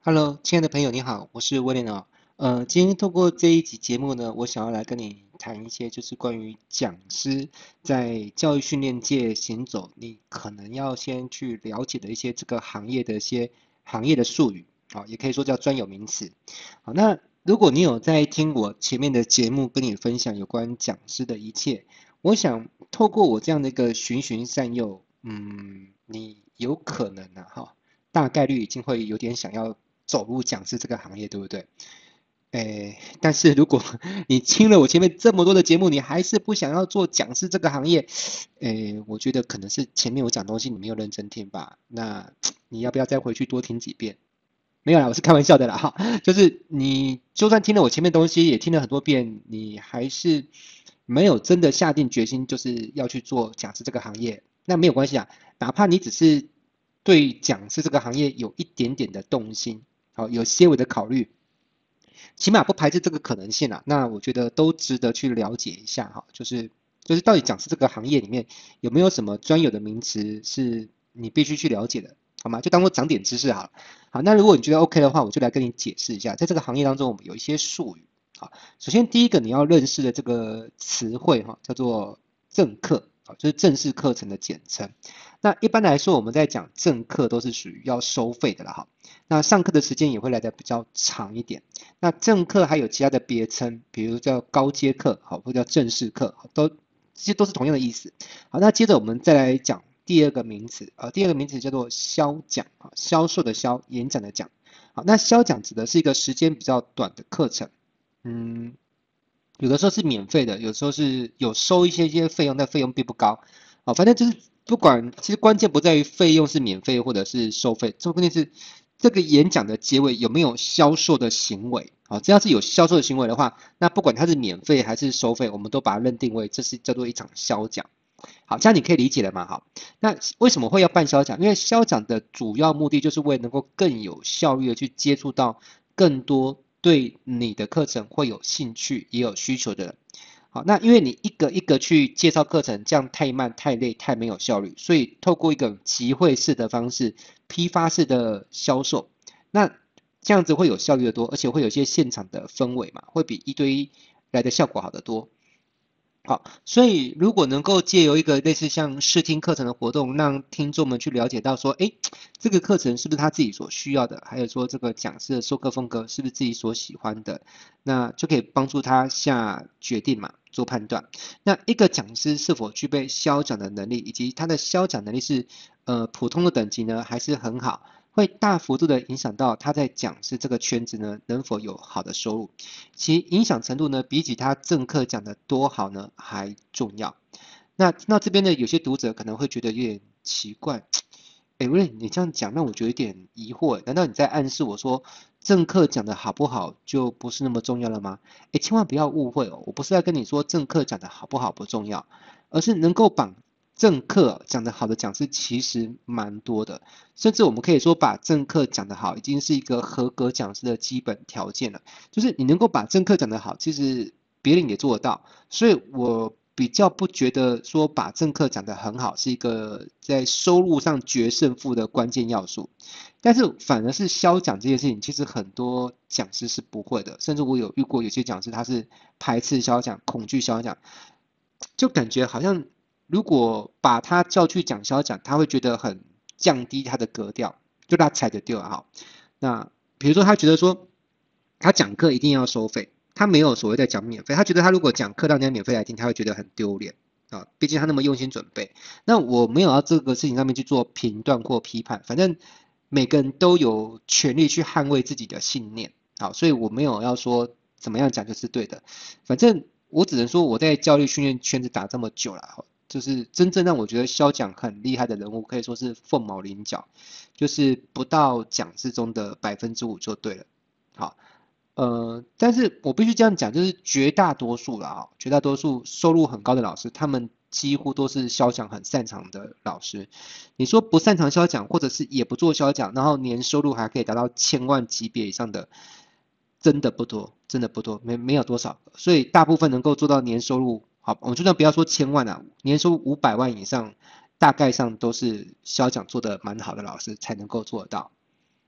Hello，亲爱的朋友，你好，我是威廉哦。今天透过这一集节目呢，我想要来跟你谈一些，就是关于讲师在教育训练界行走，你可能要先去了解的一些这个行业的一些行业的术语，好，也可以说叫专有名词。好，那如果你有在听我前面的节目，跟你分享有关讲师的一切，我想透过我这样的一个循循善诱，你有可能哈，大概率已经会有点想要走入讲师这个行业，对不对？但是如果你听了我前面这么多的节目，你还是不想要做讲师这个行业，我觉得可能是前面我讲东西你没有认真听吧。那你要不要再回去多听几遍？没有啦，我是开玩笑的啦哈。就是你就算听了我前面东西，也听了很多遍，你还是没有真的下定决心，就是要去做讲师这个行业，那没有关系啊。哪怕你只是对讲师这个行业有一点点的动心，好，有些微的考虑，起码不排斥这个可能性啊。那我觉得都值得去了解一下哈，就是到底讲师这个行业里面有没有什么专有的名词是你必须去了解的，好吗？就当做长点知识好了。好，那如果你觉得 OK 的话，我就来跟你解释一下，在这个行业当中，我们有一些术语。好，首先第一个你要认识的这个词汇哈，叫做正课，啊，就是正式课程的简称。那一般来说，我们在讲正课都是属于要收费的了哈。那上课的时间也会来的比较长一点。那正课还有其他的别称，比如叫高阶课，好，或叫正式课，这些都是同样的意思。好，那接着我们再来讲第二个名词，第二个名词叫做销讲，啊，销售的销，演讲的讲。好，那销讲指的是一个时间比较短的课程，嗯，有的时候是免费的，有时候是有收一些费用，但费用并不高。好，反正就是不管，其实关键不在于费用是免费或者是收费，这关键是这个演讲的结尾有没有销售的行为。好，只要是有销售的行为的话，那不管它是免费还是收费，我们都把它认定为这是叫做一场销讲。好，这样你可以理解了嘛？好，那为什么会要办销讲？因为销讲的主要目的就是为了能够更有效率的去接触到更多对你的课程会有兴趣也有需求的人。好，那因为你一个一个去介绍课程，这样太慢、太累、太没有效率，所以透过一个集会式的方式、批发式的销售，那这样子会有效率的多，而且会有一些现场的氛围嘛，会比一对一来的效果好得多。好，所以如果能够借由一个类似像试听课程的活动，让听众们去了解到说，诶，这个课程是不是他自己所需要的，还有说这个讲师的授课风格是不是自己所喜欢的，那就可以帮助他下决定嘛，做判断。那一个讲师是否具备销讲的能力，以及他的销讲能力是普通的等级呢，还是很好，会大幅度的影响到他在讲师这个圈子呢能否有好的收入。其影响程度呢，比起他正课讲的多好呢还重要。那听到这边呢，有些读者可能会觉得有点奇怪，哎，喂，你这样讲让我觉得有点疑惑，难道你在暗示我说正课讲的好不好就不是那么重要了吗？哎，千万不要误会哦，我不是在跟你说正课讲的好不好不重要，而是能够把正课讲得好的讲师其实蛮多的，甚至我们可以说把正课讲得好已经是一个合格讲师的基本条件了。就是你能够把正课讲得好，其实别人也做得到，所以我比较不觉得说把正课讲得很好是一个在收入上决胜负的关键要素，但是反而是销讲这件事情，其实很多讲师是不会的，甚至我有遇过有些讲师他是排斥销讲、恐惧销讲，就感觉好像如果把他叫去讲销讲，他会觉得很降低他的格调，就他踩着丢啊哈。那比如说他觉得说他讲课一定要收费，他没有所谓的讲免费，他觉得他如果讲课让人家免费来听，他会觉得很丢脸啊，毕竟他那么用心准备。那我没有要这个事情上面去做评断或批判，反正每个人都有权利去捍卫自己的信念，好，所以我没有要说怎么样讲就是对的，反正我只能说我在教育训练圈子打这么久了，就是真正让我觉得肖讲很厉害的人物，可以说是凤毛麟角，就是不到讲师中的5%就对了。好，但是我必须这样讲，就是绝大多数啦，绝大多数收入很高的老师，他们几乎都是销讲很擅长的老师。你说不擅长销讲，或者是也不做销讲，然后年收入还可以达到千万级别以上的，真的不多，真的不多，没有多少个。所以大部分能够做到年收入，好，我们就算不要说千万啊，年收入500万以上，大概上都是销讲做的蛮好的老师才能够做得到。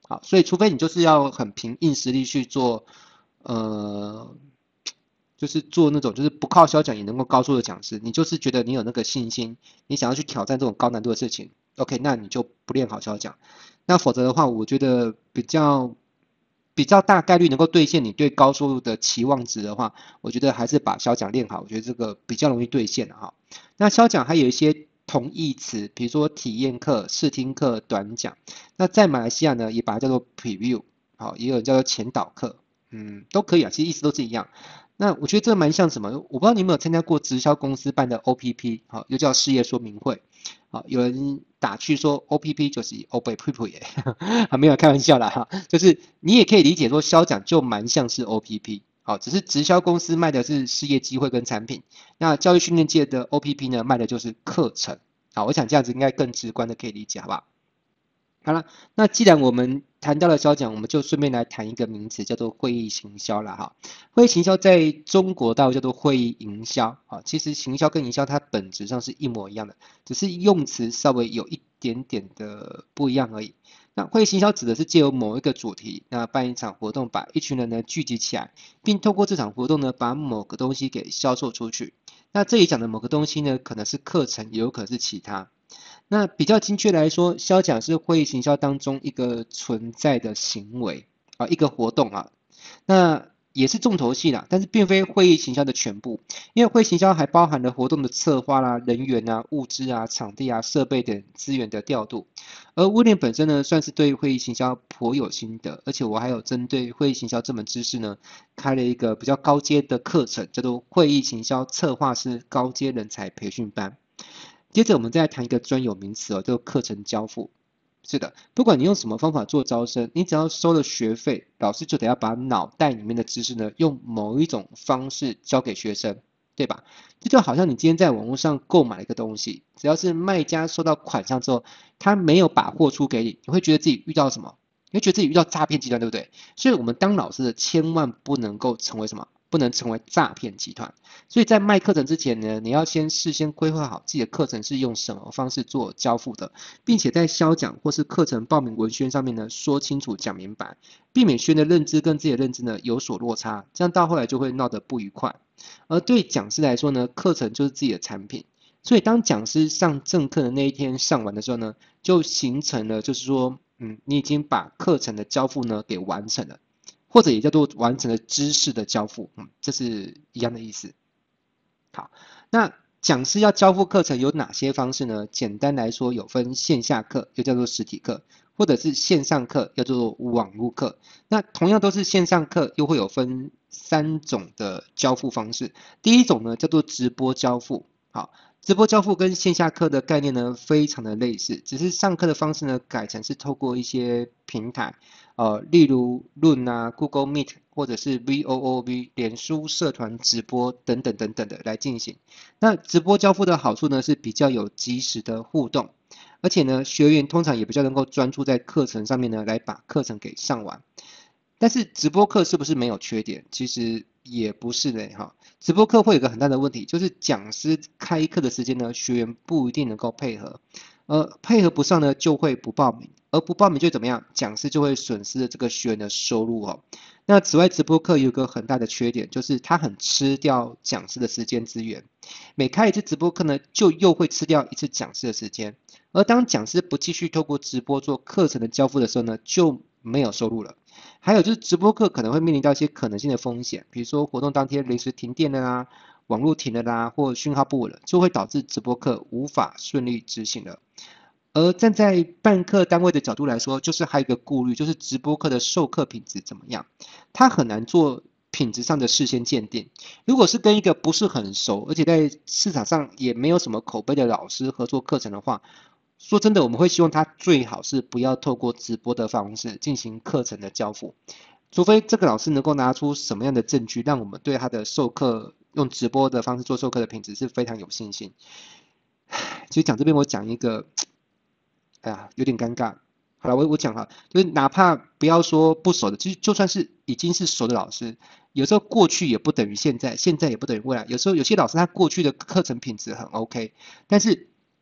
好，所以除非你就是要很凭硬实力去做，呃，就是做那种就是不靠销讲也能够高出的讲师，你就是觉得你有那个信心，你想要去挑战这种高难度的事情，OK，那你就不练好销讲。那否则的话，我觉得比较大概率能够兑现你对高收入的期望值的话，我觉得还是把销讲练好，我觉得这个比较容易兑现的哈。那销讲还有一些同义词，比如说体验课、试听课、短讲。那在马来西亚呢，也把它叫做 preview，好，也有人叫做前导课，都可以啊，其实意思都是一样。那我觉得这蛮像什么？我不知道你有没有参加过直销公司办的 OPP，好，又叫事业说明会，好，有人打趣说 OPP 就是 o p p p 耶，还没有开玩笑啦哈，就是你也可以理解说销讲就蛮像是 OPP，好，只是直销公司卖的是事业机会跟产品，那教育训练界的 OPP 呢卖的就是课程，好，我想这样子应该更直观的可以理解，好不好？好了，那既然我们谈到了销讲，我们就顺便来谈一个名词，叫做会议行销啦哈。会议行销在中国大陆叫做会议营销啊，其实行销跟营销它本质上是一模一样的，只是用词稍微有一点点的不一样而已。那会议行销指的是借由某一个主题，那办一场活动，把一群人呢聚集起来，并透过这场活动呢，把某个东西给销售出去。那这里讲的某个东西呢，可能是课程，也有可能是其他。那比较精确来说，销讲是会议行销当中一个存在的行为啊，一个活动啊，那也是重头戏啦，但是并非会议行销的全部，因为会议行销还包含了活动的策划啦、人员啊、物资啊、场地啊、设备等资源的调度。而威廉本身呢，算是对会议行销颇有心得，而且我还有针对会议行销这门知识呢，开了一个比较高阶的课程，叫做会议行销策划师高阶人才培训班。接着我们再来谈一个专有名词哦，叫课程交付。是的，不管你用什么方法做招生，你只要收了学费，老师就得要把脑袋里面的知识呢，用某一种方式教给学生，对吧？这就好像你今天在网络上购买了一个东西，只要是卖家收到款项之后，他没有把货出给你，你会觉得自己遇到什么？你会觉得自己遇到诈骗集团，对不对？所以我们当老师的千万不能够成为什么？不能成为诈骗集团。所以在卖课程之前呢，你要先事先规划好自己的课程是用什么方式做交付的，并且在销讲或是课程报名文宣上面呢说清楚讲明白，避免学员的认知跟自己的认知呢有所落差，这样到后来就会闹得不愉快。而对讲师来说呢，课程就是自己的产品，所以当讲师上正课的那一天上完的时候呢，就形成了就是说，你已经把课程的交付呢给完成了，或者也叫做完成了知识的交付，这是一样的意思。好，那讲师要交付课程有哪些方式呢？简单来说，有分线下课，又叫做实体课，或者是线上课，叫做网络课。那同样都是线上课，又会有分3种的交付方式。第一种呢，叫做直播交付。好，直播交付跟线下课的概念呢，非常的类似，只是上课的方式呢，改成是透过一些平台。例如论啊、Google Meet 或者是 VOOV 脸书社团直播等等等等的来进行。那直播交付的好处呢是比较有及时的互动，而且呢学员通常也比较能够专注在课程上面呢来把课程给上完。但是直播课是不是没有缺点？其实也不是的哈。直播课会有个很大的问题，就是讲师开课的时间呢，学员不一定能够配合，配合不上呢就会不报名，而不报名就怎么样？讲师就会损失了这个学员的收入哦。那此外，直播课有个很大的缺点，就是它很吃掉讲师的时间资源。每开一次直播课呢，就又会吃掉一次讲师的时间。而当讲师不继续透过直播做课程的交付的时候呢，就没有收入了。还有就是直播课可能会面临到一些可能性的风险，比如说活动当天临时停电了啦，网络停了啦，或讯号不稳了，就会导致直播课无法顺利执行了。而站在办课单位的角度来说，就是还有一个顾虑，就是直播课的授课品质怎么样？它很难做品质上的事先鉴定。如果是跟一个不是很熟，而且在市场上也没有什么口碑的老师合作课程的话，说真的，我们会希望他最好是不要透过直播的方式进行课程的交付，除非这个老师能够拿出什么样的证据，让我们对他的授课用直播的方式做授课的品质是非常有信心。其实讲这边我讲一个，哎呀，有点尴尬。好了，我讲哈，就是哪怕不要说不熟的，其实就算是已经是熟的老师，有时候过去也不等于现在，现在也不等于未来。有时候有些老师他过去的课程品质很 OK，但是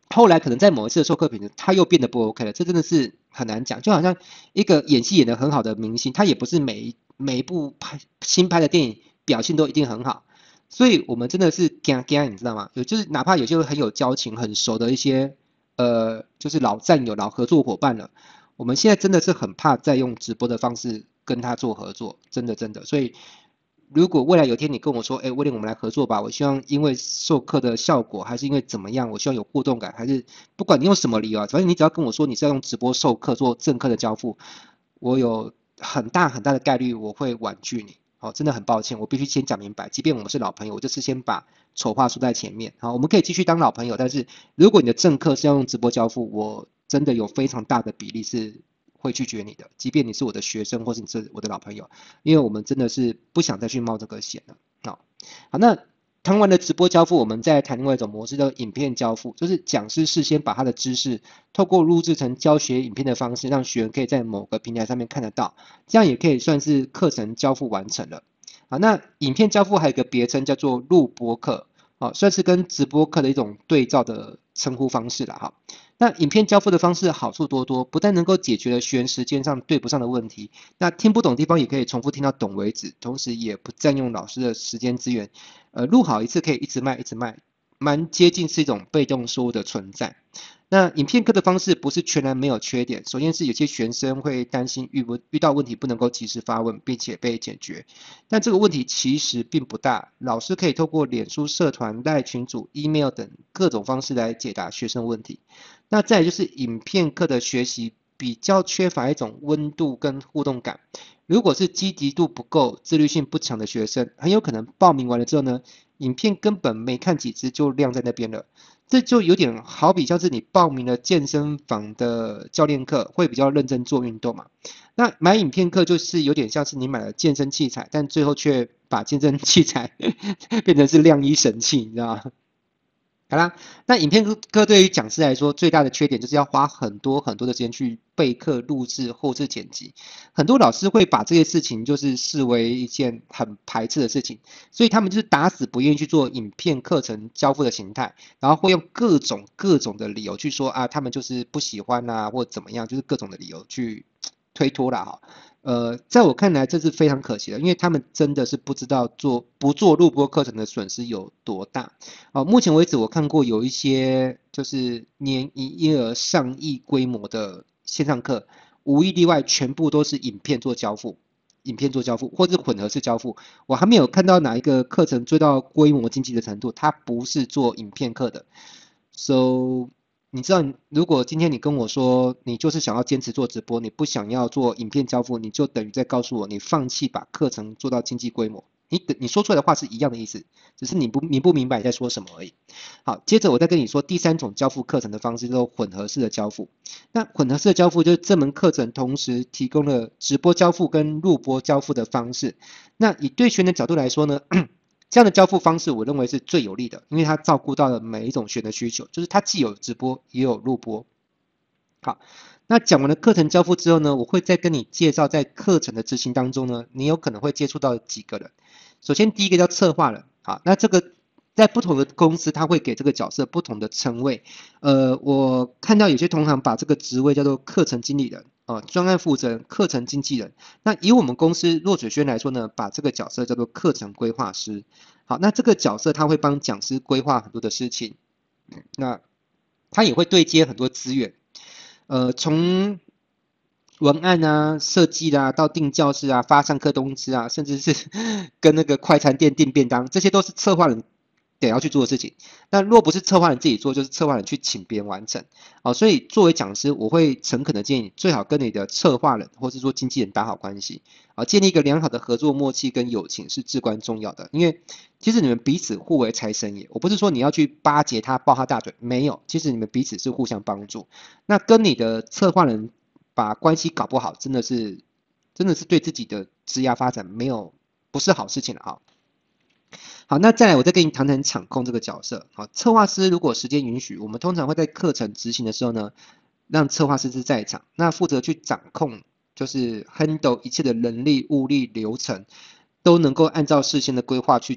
后来可能在某一次的授课品质，他又变得不 OK 了，这真的是很难讲。就好像一个演戏演得很好的明星，他也不是每一部新拍的电影表现都一定很好，所以我们真的是惊惊，你知道吗？就是哪怕有些很有交情、很熟的一些就是老战友、老合作伙伴了，我们现在真的是很怕再用直播的方式跟他做合作，真的真的。所以如果未来有一天你跟我说，哎，威廉，我们来合作吧，我希望因为授课的效果，还是因为怎么样，我希望有互动感，还是不管你用什么理由啊，反正你只要跟我说你是要用直播授课做正课的交付，我有很大很大的概率我会婉拒你。好，真的很抱歉，我必须先讲明白，即便我们是老朋友，我就是先把丑话说在前面。好，我们可以继续当老朋友，但是如果你的正课是要用直播交付，我真的有非常大的比例是会拒绝你的，即便你是我的学生或是你是我的老朋友，因为我们真的是不想再去冒这个险了。好，那谈完了直播交付，我们再谈另外一种模式，叫影片交付，就是讲师事先把他的知识透过录制成教学影片的方式，让学员可以在某个平台上面看得到，这样也可以算是课程交付完成了。好，那影片交付还有一个别称叫做录播课，好，算是跟直播课的一种对照的称呼方式了哈。那影片交付的方式好处多多，不但能够解决了学员时间上对不上的问题，那听不懂的地方也可以重复听到懂为止，同时也不占用老师的时间资源。录好一次可以一直卖，一直卖，蛮接近是一种被动收入的存在。那影片课的方式不是全然没有缺点，首先是有些学生会担心遇到问题不能够及时发问，并且被解决，但这个问题其实并不大，老师可以透过脸书社团、赖群组、email 等各种方式来解答学生问题。那再来就是影片课的学习比较缺乏一种温度跟互动感，如果是积极度不够、自律性不强的学生，很有可能报名完了之后呢，影片根本没看几支就晾在那边了。这就有点好比像是你报名了健身房的教练课，会比较认真做运动嘛。那买影片课就是有点像是你买了健身器材，但最后却把健身器材变成是晾衣神器，你知道吗？好啦，那影片课对于讲师来说，最大的缺点就是要花很多很多的时间去备课、录制、后置剪辑。很多老师会把这些事情就是视为一件很排斥的事情，所以他们就是打死不愿意去做影片课程交付的形态，然后会用各种的理由去说啊，他们就是不喜欢啊，或怎么样，就是各种的理由去推脱啦哈。在我看来，这是非常可惜的，因为他们真的是不知道不做录播课程的损失有多大。目前为止我看过有一些就是年营业额上亿规模的线上课，无一例外全部都是影片做交付，影片做交付或是混合式交付。我还没有看到哪一个课程做到规模经济的程度，它不是做影片课的。So 你知道，如果今天你跟我说你就是想要坚持做直播，你不想要做影片交付，你就等于在告诉我你放弃把课程做到经济规模。你说出来的话是一样的意思，只是你不明白你在说什么而已。好，接着我再跟你说第三种交付课程的方式，叫做混合式的交付。那混合式的交付就是这门课程同时提供了直播交付跟录播交付的方式。那以对学员的角度来说呢，这样的交付方式，我认为是最有利的，因为它照顾到了每一种学员的需求，就是它既有直播也有录播。好，那讲完了课程交付之后呢，我会再跟你介绍在课程的执行当中呢，你有可能会接触到几个人。首先第一个叫策划人，好，那这个在不同的公司，他会给这个角色不同的称谓。我看到有些同行把这个职位叫做课程经理人，专案负责人、课程经纪人。那以我们公司落水轩来说呢，把这个角色叫做课程规划师。好，那这个角色他会帮讲师规划很多的事情，那他也会对接很多资源。从文案啊、设计啦、到订教室啊、发上课通知啊，甚至是跟那个快餐店订便当，这些都是策划人得要去做的事情。那若不是策划人自己做，就是策划人去请别人完成。所以作为讲师，我会诚恳的建议你，最好跟你的策划人或是说经纪人打好关系，建立一个良好的合作默契跟友情是至关重要的。因为其实你们彼此互为财神爷，我不是说你要去巴结他、抱他大腿，没有，其实你们彼此是互相帮助。那跟你的策划人把关系搞不好，真的是对自己的职业发展不是好事情了哈。好，那再来我再跟你谈谈场控这个角色。好，策划师如果时间允许，我们通常会在课程执行的时候呢，让策划师是在场，那负责去掌控，就是 handle 一切的人力、物力、流程，都能够按照事先的规划去走。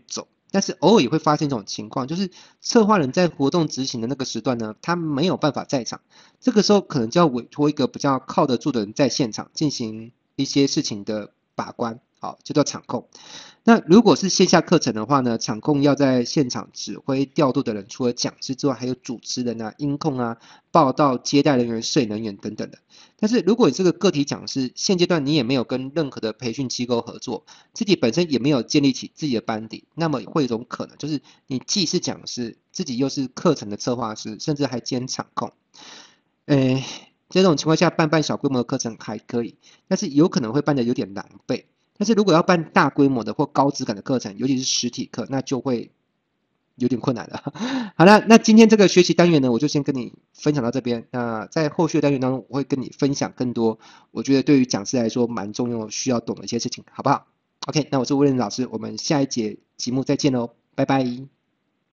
但是偶尔也会发生一种情况，就是策划人在活动执行的那个时段呢，他没有办法在场，这个时候可能就要委托一个比较靠得住的人在现场进行一些事情的把关，好，就叫场控。那如果是线下课程的话呢，场控要在现场指挥调度的人，除了讲师之外，还有主持人啊、音控啊、报道接待人员、摄影人员等等的。但是如果你这个个体讲师，现阶段你也没有跟任何的培训机构合作，自己本身也没有建立起自己的班底，那么会有一种可能，就是你既是讲师，自己又是课程的策划师，甚至还兼场控。诶，这种情况下办小规模的课程还可以，但是有可能会办得有点狼狈。但是如果要办大规模的或高质感的课程，尤其是实体课，那就会有点困难了。好了，那今天这个学习单元呢，我就先跟你分享到这边。那在后续的单元当中，我会跟你分享更多，我觉得对于讲师来说蛮重要、需要懂的一些事情，好不好？OK，那我是威廉老师，我们下一节节目再见喽，拜拜。